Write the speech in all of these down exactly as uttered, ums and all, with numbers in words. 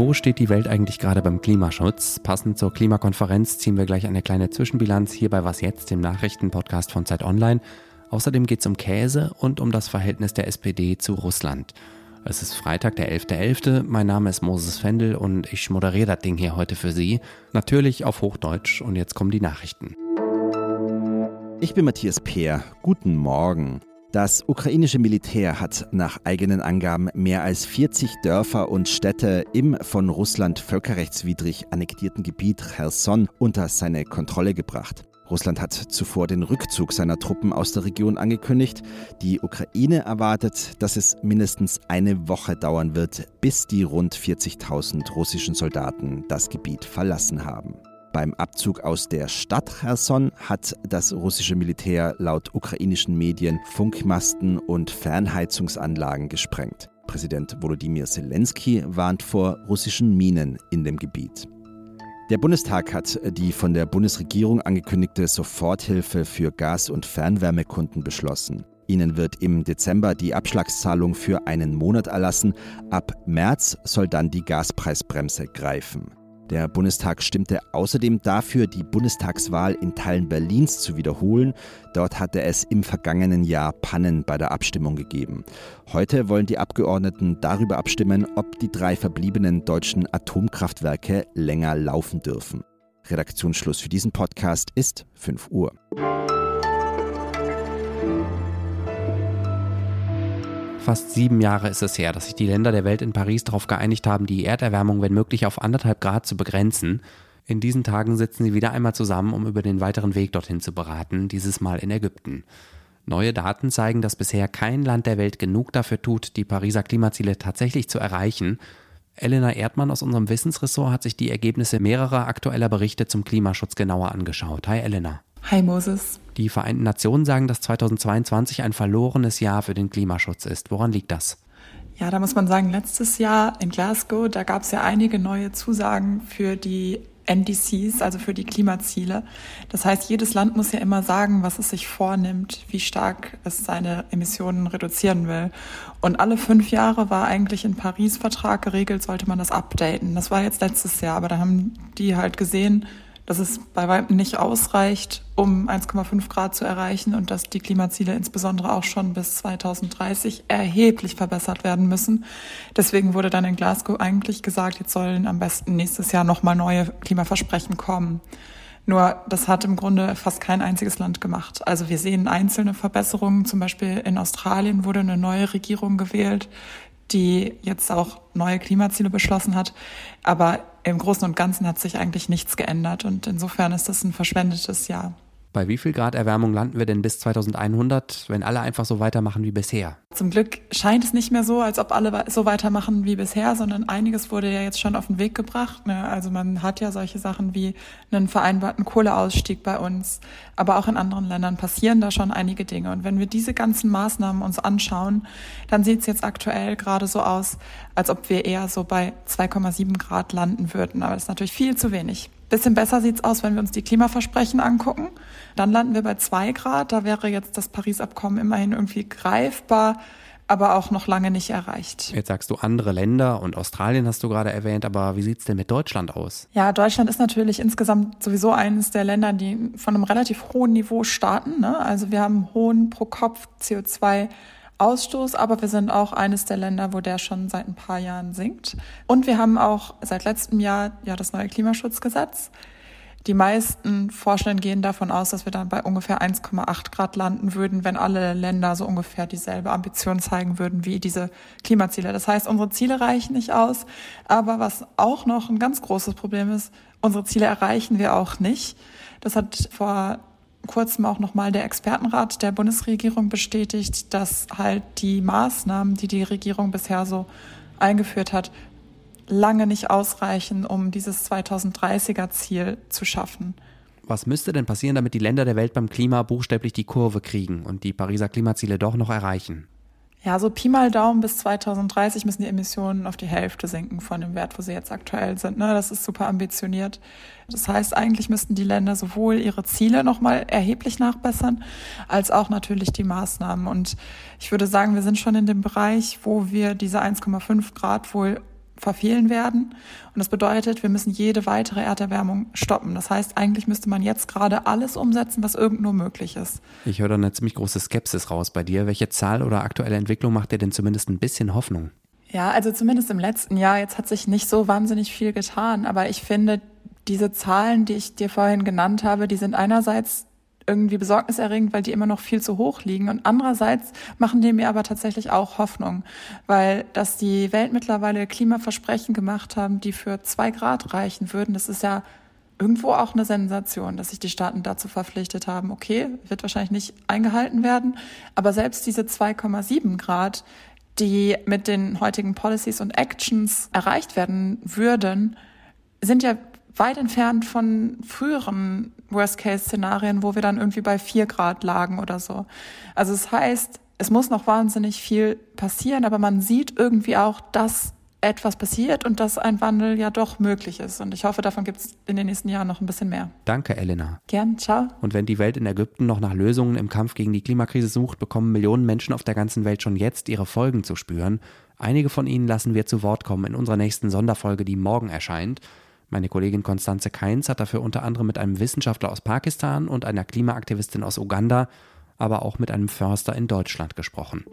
Wo steht die Welt eigentlich gerade beim Klimaschutz? Passend zur Klimakonferenz ziehen wir gleich eine kleine Zwischenbilanz hier bei Was jetzt, dem Nachrichtenpodcast von Zeit Online. Außerdem geht es um Käse und um das Verhältnis der S P D zu Russland. Es ist Freitag, der elfter elfter Mein Name ist Moses Fendel und ich moderiere das Ding hier heute für Sie. Natürlich auf Hochdeutsch und jetzt kommen die Nachrichten. Ich bin Matthias Peer. Guten Morgen. Das ukrainische Militär hat nach eigenen Angaben mehr als vierzig Dörfer und Städte im von Russland völkerrechtswidrig annektierten Gebiet Cherson unter seine Kontrolle gebracht. Russland hat zuvor den Rückzug seiner Truppen aus der Region angekündigt. Die Ukraine erwartet, dass es mindestens eine Woche dauern wird, bis die rund vierzigtausend russischen Soldaten das Gebiet verlassen haben. Beim Abzug aus der Stadt Cherson hat das russische Militär laut ukrainischen Medien Funkmasten und Fernheizungsanlagen gesprengt. Präsident Volodymyr Zelensky warnt vor russischen Minen in dem Gebiet. Der Bundestag hat die von der Bundesregierung angekündigte Soforthilfe für Gas- und Fernwärmekunden beschlossen. Ihnen wird im Dezember die Abschlagszahlung für einen Monat erlassen. Ab März soll dann die Gaspreisbremse greifen. Der Bundestag stimmte außerdem dafür, die Bundestagswahl in Teilen Berlins zu wiederholen. Dort hatte es im vergangenen Jahr Pannen bei der Abstimmung gegeben. Heute wollen die Abgeordneten darüber abstimmen, ob die drei verbliebenen deutschen Atomkraftwerke länger laufen dürfen. Redaktionsschluss für diesen Podcast ist fünf Uhr. Fast sieben Jahre ist es her, dass sich die Länder der Welt in Paris darauf geeinigt haben, die Erderwärmung, wenn möglich, auf anderthalb Grad zu begrenzen. In diesen Tagen sitzen sie wieder einmal zusammen, um über den weiteren Weg dorthin zu beraten, dieses Mal in Ägypten. Neue Daten zeigen, dass bisher kein Land der Welt genug dafür tut, die Pariser Klimaziele tatsächlich zu erreichen. Elena Erdmann aus unserem Wissensressort hat sich die Ergebnisse mehrerer aktueller Berichte zum Klimaschutz genauer angeschaut. Hi Elena. Hi Moses. Die Vereinten Nationen sagen, dass zweitausendzweiundzwanzig ein verlorenes Jahr für den Klimaschutz ist. Woran liegt das? Ja, da muss man sagen, letztes Jahr in Glasgow, da gab es ja einige neue Zusagen für die N D Cs, also für die Klimaziele. Das heißt, jedes Land muss ja immer sagen, was es sich vornimmt, wie stark es seine Emissionen reduzieren will. Und alle fünf Jahre war eigentlich im Paris-Vertrag geregelt, sollte man das updaten. Das war jetzt letztes Jahr, aber da haben die halt gesehen, dass es bei weitem nicht ausreicht, um eins Komma fünf Grad zu erreichen und dass die Klimaziele insbesondere auch schon bis zweitausenddreißig erheblich verbessert werden müssen. Deswegen wurde dann in Glasgow eigentlich gesagt, jetzt sollen am besten nächstes Jahr nochmal neue Klimaversprechen kommen. Nur das hat im Grunde fast kein einziges Land gemacht. Also wir sehen einzelne Verbesserungen, zum Beispiel in Australien wurde eine neue Regierung gewählt, die jetzt auch neue Klimaziele beschlossen hat. Aber im Großen und Ganzen hat sich eigentlich nichts geändert und insofern ist das ein verschwendetes Jahr. Bei wie viel Grad Erwärmung landen wir denn bis zweitausendeinhundert, wenn alle einfach so weitermachen wie bisher? Zum Glück scheint es nicht mehr so, als ob alle so weitermachen wie bisher, sondern einiges wurde ja jetzt schon auf den Weg gebracht. Also man hat ja solche Sachen wie einen vereinbarten Kohleausstieg bei uns, aber auch in anderen Ländern passieren da schon einige Dinge. Und wenn wir diese ganzen Maßnahmen uns anschauen, dann sieht es jetzt aktuell gerade so aus, als ob wir eher so bei zwei Komma sieben Grad landen würden. Aber das ist natürlich viel zu wenig. Bisschen besser sieht's aus, wenn wir uns die Klimaversprechen angucken. Dann landen wir bei zwei Grad. Da wäre jetzt das Paris-Abkommen immerhin irgendwie greifbar, aber auch noch lange nicht erreicht. Jetzt sagst du andere Länder und Australien hast du gerade erwähnt, aber wie sieht's denn mit Deutschland aus? Ja, Deutschland ist natürlich insgesamt sowieso eines der Länder, die von einem relativ hohen Niveau starten, ne? Also wir haben einen hohen Pro-Kopf-C O zwei Ausstoß, aber wir sind auch eines der Länder, wo der schon seit ein paar Jahren sinkt. Und wir haben auch seit letztem Jahr ja das neue Klimaschutzgesetz. Die meisten Forschenden gehen davon aus, dass wir dann bei ungefähr eins Komma acht Grad landen würden, wenn alle Länder so ungefähr dieselbe Ambition zeigen würden wie diese Klimaziele. Das heißt, unsere Ziele reichen nicht aus. Aber was auch noch ein ganz großes Problem ist, unsere Ziele erreichen wir auch nicht. Das hat vor kurzem auch nochmal der Expertenrat der Bundesregierung bestätigt, dass halt die Maßnahmen, die die Regierung bisher so eingeführt hat, lange nicht ausreichen, um dieses zweitausenddreißiger Ziel zu schaffen. Was müsste denn passieren, damit die Länder der Welt beim Klima buchstäblich die Kurve kriegen und die Pariser Klimaziele doch noch erreichen? Ja, so Pi mal Daumen bis zweitausenddreißig müssen die Emissionen auf die Hälfte sinken von dem Wert, wo sie jetzt aktuell sind. Ne? Das ist super ambitioniert. Das heißt, eigentlich müssten die Länder sowohl ihre Ziele nochmal erheblich nachbessern, als auch natürlich die Maßnahmen. Und ich würde sagen, wir sind schon in dem Bereich, wo wir diese eins Komma fünf Grad wohl verfehlen werden. Und das bedeutet, wir müssen jede weitere Erderwärmung stoppen. Das heißt, eigentlich müsste man jetzt gerade alles umsetzen, was irgend nur möglich ist. Ich höre da eine ziemlich große Skepsis raus bei dir. Welche Zahl oder aktuelle Entwicklung macht dir denn zumindest ein bisschen Hoffnung? Ja, also zumindest im letzten Jahr. Jetzt hat sich nicht so wahnsinnig viel getan. Aber ich finde, diese Zahlen, die ich dir vorhin genannt habe, die sind einerseits irgendwie besorgniserregend, weil die immer noch viel zu hoch liegen. Und andererseits machen die mir aber tatsächlich auch Hoffnung, weil dass die Welt mittlerweile Klimaversprechen gemacht haben, die für zwei Grad reichen würden, das ist ja irgendwo auch eine Sensation, dass sich die Staaten dazu verpflichtet haben. Okay, wird wahrscheinlich nicht eingehalten werden, aber selbst diese zwei Komma sieben Grad, die mit den heutigen Policies und Actions erreicht werden würden, sind ja weit entfernt von früheren Worst-Case-Szenarien, wo wir dann irgendwie bei vier Grad lagen oder so. Also es heißt, es muss noch wahnsinnig viel passieren, aber man sieht irgendwie auch, dass etwas passiert und dass ein Wandel ja doch möglich ist. Und ich hoffe, davon gibt es in den nächsten Jahren noch ein bisschen mehr. Danke, Elena. Gern, ciao. Und wenn die Welt in Ägypten noch nach Lösungen im Kampf gegen die Klimakrise sucht, bekommen Millionen Menschen auf der ganzen Welt schon jetzt ihre Folgen zu spüren. Einige von ihnen lassen wir zu Wort kommen in unserer nächsten Sonderfolge, die morgen erscheint. Meine Kollegin Konstanze Kainz hat dafür unter anderem mit einem Wissenschaftler aus Pakistan und einer Klimaaktivistin aus Uganda, aber auch mit einem Förster in Deutschland gesprochen.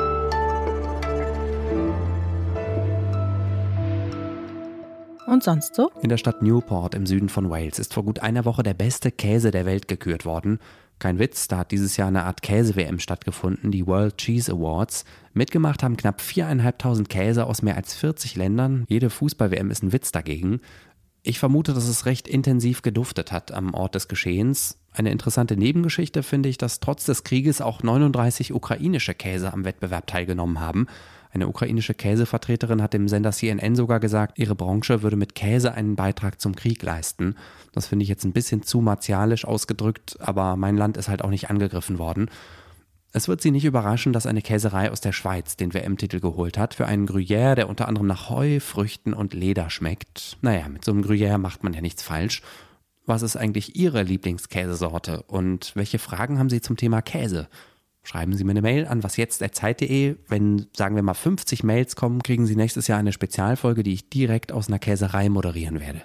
Und sonst so? In der Stadt Newport im Süden von Wales ist vor gut einer Woche der beste Käse der Welt gekürt worden. Kein Witz, da hat dieses Jahr eine Art Käse-W M stattgefunden, die World Cheese Awards. Mitgemacht haben knapp viertausendfünfhundert Käse aus mehr als vierzig Ländern. Jede Fußball-W M ist ein Witz dagegen. Ich vermute, dass es recht intensiv geduftet hat am Ort des Geschehens. Eine interessante Nebengeschichte finde ich, dass trotz des Krieges auch neununddreißig ukrainische Käse am Wettbewerb teilgenommen haben. Eine ukrainische Käsevertreterin hat dem Sender C N N sogar gesagt, ihre Branche würde mit Käse einen Beitrag zum Krieg leisten. Das finde ich jetzt ein bisschen zu martialisch ausgedrückt, aber mein Land ist halt auch nicht angegriffen worden. Es wird Sie nicht überraschen, dass eine Käserei aus der Schweiz den W M-Titel geholt hat für einen Gruyère, der unter anderem nach Heu, Früchten und Leder schmeckt. Naja, mit so einem Gruyère macht man ja nichts falsch. Was ist eigentlich Ihre Lieblingskäsesorte und welche Fragen haben Sie zum Thema Käse? Schreiben Sie mir eine Mail an wasjetzt at zeit punkt de. Wenn, sagen wir mal, fünfzig Mails kommen, kriegen Sie nächstes Jahr eine Spezialfolge, die ich direkt aus einer Käserei moderieren werde.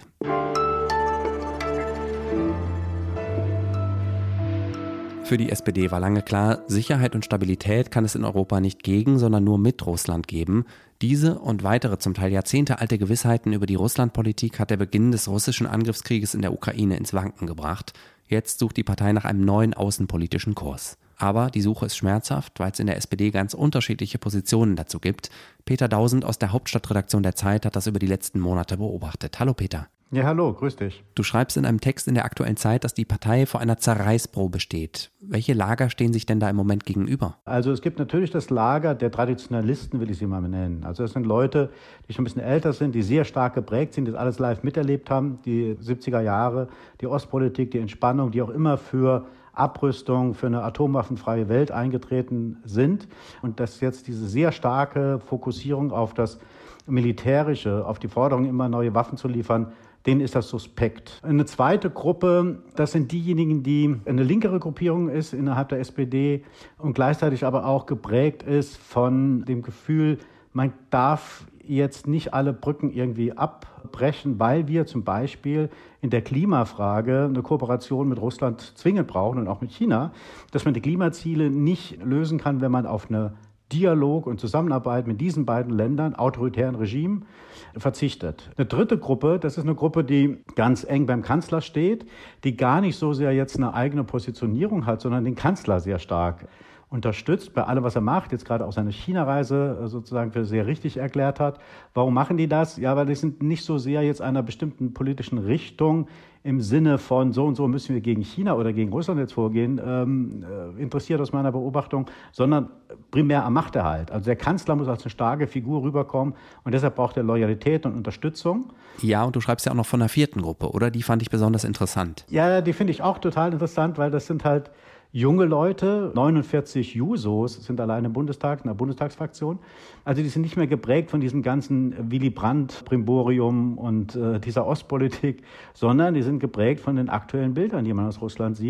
Für die S P D war lange klar, Sicherheit und Stabilität kann es in Europa nicht gegen, sondern nur mit Russland geben. Diese und weitere zum Teil jahrzehntealte Gewissheiten über die Russlandpolitik hat der Beginn des russischen Angriffskrieges in der Ukraine ins Wanken gebracht. Jetzt sucht die Partei nach einem neuen außenpolitischen Kurs. Aber die Suche ist schmerzhaft, weil es in der S P D ganz unterschiedliche Positionen dazu gibt. Peter Dausend aus der Hauptstadtredaktion der Zeit hat das über die letzten Monate beobachtet. Hallo Peter. Ja, hallo, grüß dich. Du schreibst in einem Text in der Aktuellen Zeit, dass die Partei vor einer Zerreißprobe steht. Welche Lager stehen sich denn da im Moment gegenüber? Also es gibt natürlich das Lager der Traditionalisten, will ich sie mal nennen. Also das sind Leute, die schon ein bisschen älter sind, die sehr stark geprägt sind, die das alles live miterlebt haben, die siebziger Jahre, die Ostpolitik, die Entspannung, die auch immer für Abrüstung, für eine atomwaffenfreie Welt eingetreten sind. Und dass jetzt diese sehr starke Fokussierung auf das Militärische, auf die Forderung, immer neue Waffen zu liefern, denen ist das suspekt. Eine zweite Gruppe, das sind diejenigen, die eine linkere Gruppierung ist innerhalb der S P D und gleichzeitig aber auch geprägt ist von dem Gefühl, man darf jetzt nicht alle Brücken irgendwie abbrechen, weil wir zum Beispiel in der Klimafrage eine Kooperation mit Russland zwingend brauchen und auch mit China, dass man die Klimaziele nicht lösen kann, wenn man auf eine Dialog und Zusammenarbeit mit diesen beiden Ländern, autoritären Regimen, verzichtet. Eine dritte Gruppe, das ist eine Gruppe, die ganz eng beim Kanzler steht, die gar nicht so sehr jetzt eine eigene Positionierung hat, sondern den Kanzler sehr stark unterstützt bei allem, was er macht, jetzt gerade auch seine China-Reise sozusagen für sehr richtig erklärt hat. Warum machen die das? Ja, weil die sind nicht so sehr jetzt einer bestimmten politischen Richtung im Sinne von so und so müssen wir gegen China oder gegen Russland jetzt vorgehen, ähm, interessiert aus meiner Beobachtung, sondern primär am Machterhalt. Also der Kanzler muss als eine starke Figur rüberkommen und deshalb braucht er Loyalität und Unterstützung. Ja, und du schreibst ja auch noch von einer vierten Gruppe, oder? Die fand ich besonders interessant. Ja, die finde ich auch total interessant, weil das sind halt junge Leute, neunundvierzig Jusos sind allein im Bundestag, in der Bundestagsfraktion. Also die sind nicht mehr geprägt von diesem ganzen Willy Brandt-Brimborium und äh, dieser Ostpolitik, sondern die sind geprägt von den aktuellen Bildern, die man aus Russland sieht.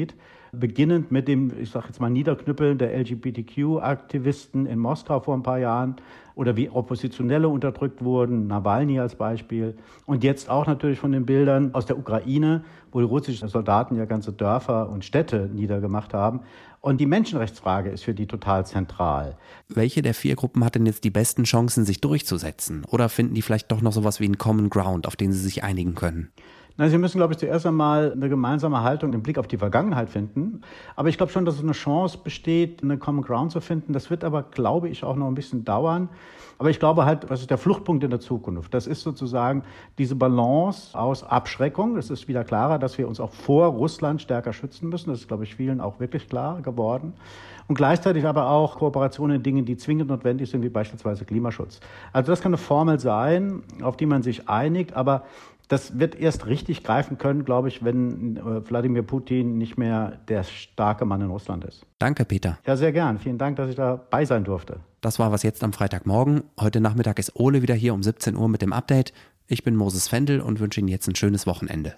beginnend mit dem, ich sage jetzt mal, Niederknüppeln der L G B T Q-Aktivisten in Moskau vor ein paar Jahren oder wie Oppositionelle unterdrückt wurden, Nawalny als Beispiel. Und jetzt auch natürlich von den Bildern aus der Ukraine, wo die russischen Soldaten ja ganze Dörfer und Städte niedergemacht haben. Und die Menschenrechtsfrage ist für die total zentral. Welche der vier Gruppen hat denn jetzt die besten Chancen, sich durchzusetzen? Oder finden die vielleicht doch noch sowas wie einen Common Ground, auf den sie sich einigen können? Na, Sie müssen, glaube ich, zuerst einmal eine gemeinsame Haltung im Blick auf die Vergangenheit finden. Aber ich glaube schon, dass es eine Chance besteht, eine Common Ground zu finden. Das wird aber, glaube ich, auch noch ein bisschen dauern. Aber ich glaube halt, was ist der Fluchtpunkt in der Zukunft? Das ist sozusagen diese Balance aus Abschreckung. Es ist wieder klarer, dass wir uns auch vor Russland stärker schützen müssen. Das ist, glaube ich, vielen auch wirklich klar geworden. Und gleichzeitig aber auch Kooperation in Dingen, die zwingend notwendig sind, wie beispielsweise Klimaschutz. Also das kann eine Formel sein, auf die man sich einigt, aber das wird erst richtig greifen können, glaube ich, wenn äh, Wladimir Putin nicht mehr der starke Mann in Russland ist. Danke, Peter. Ja, sehr gern. Vielen Dank, dass ich dabei sein durfte. Das war Was jetzt am Freitagmorgen. Heute Nachmittag ist Ole wieder hier um siebzehn Uhr mit dem Update. Ich bin Moses Fendel und wünsche Ihnen jetzt ein schönes Wochenende.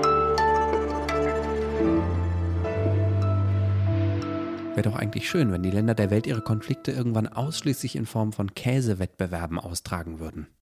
Wäre doch eigentlich schön, wenn die Länder der Welt ihre Konflikte irgendwann ausschließlich in Form von Käsewettbewerben austragen würden.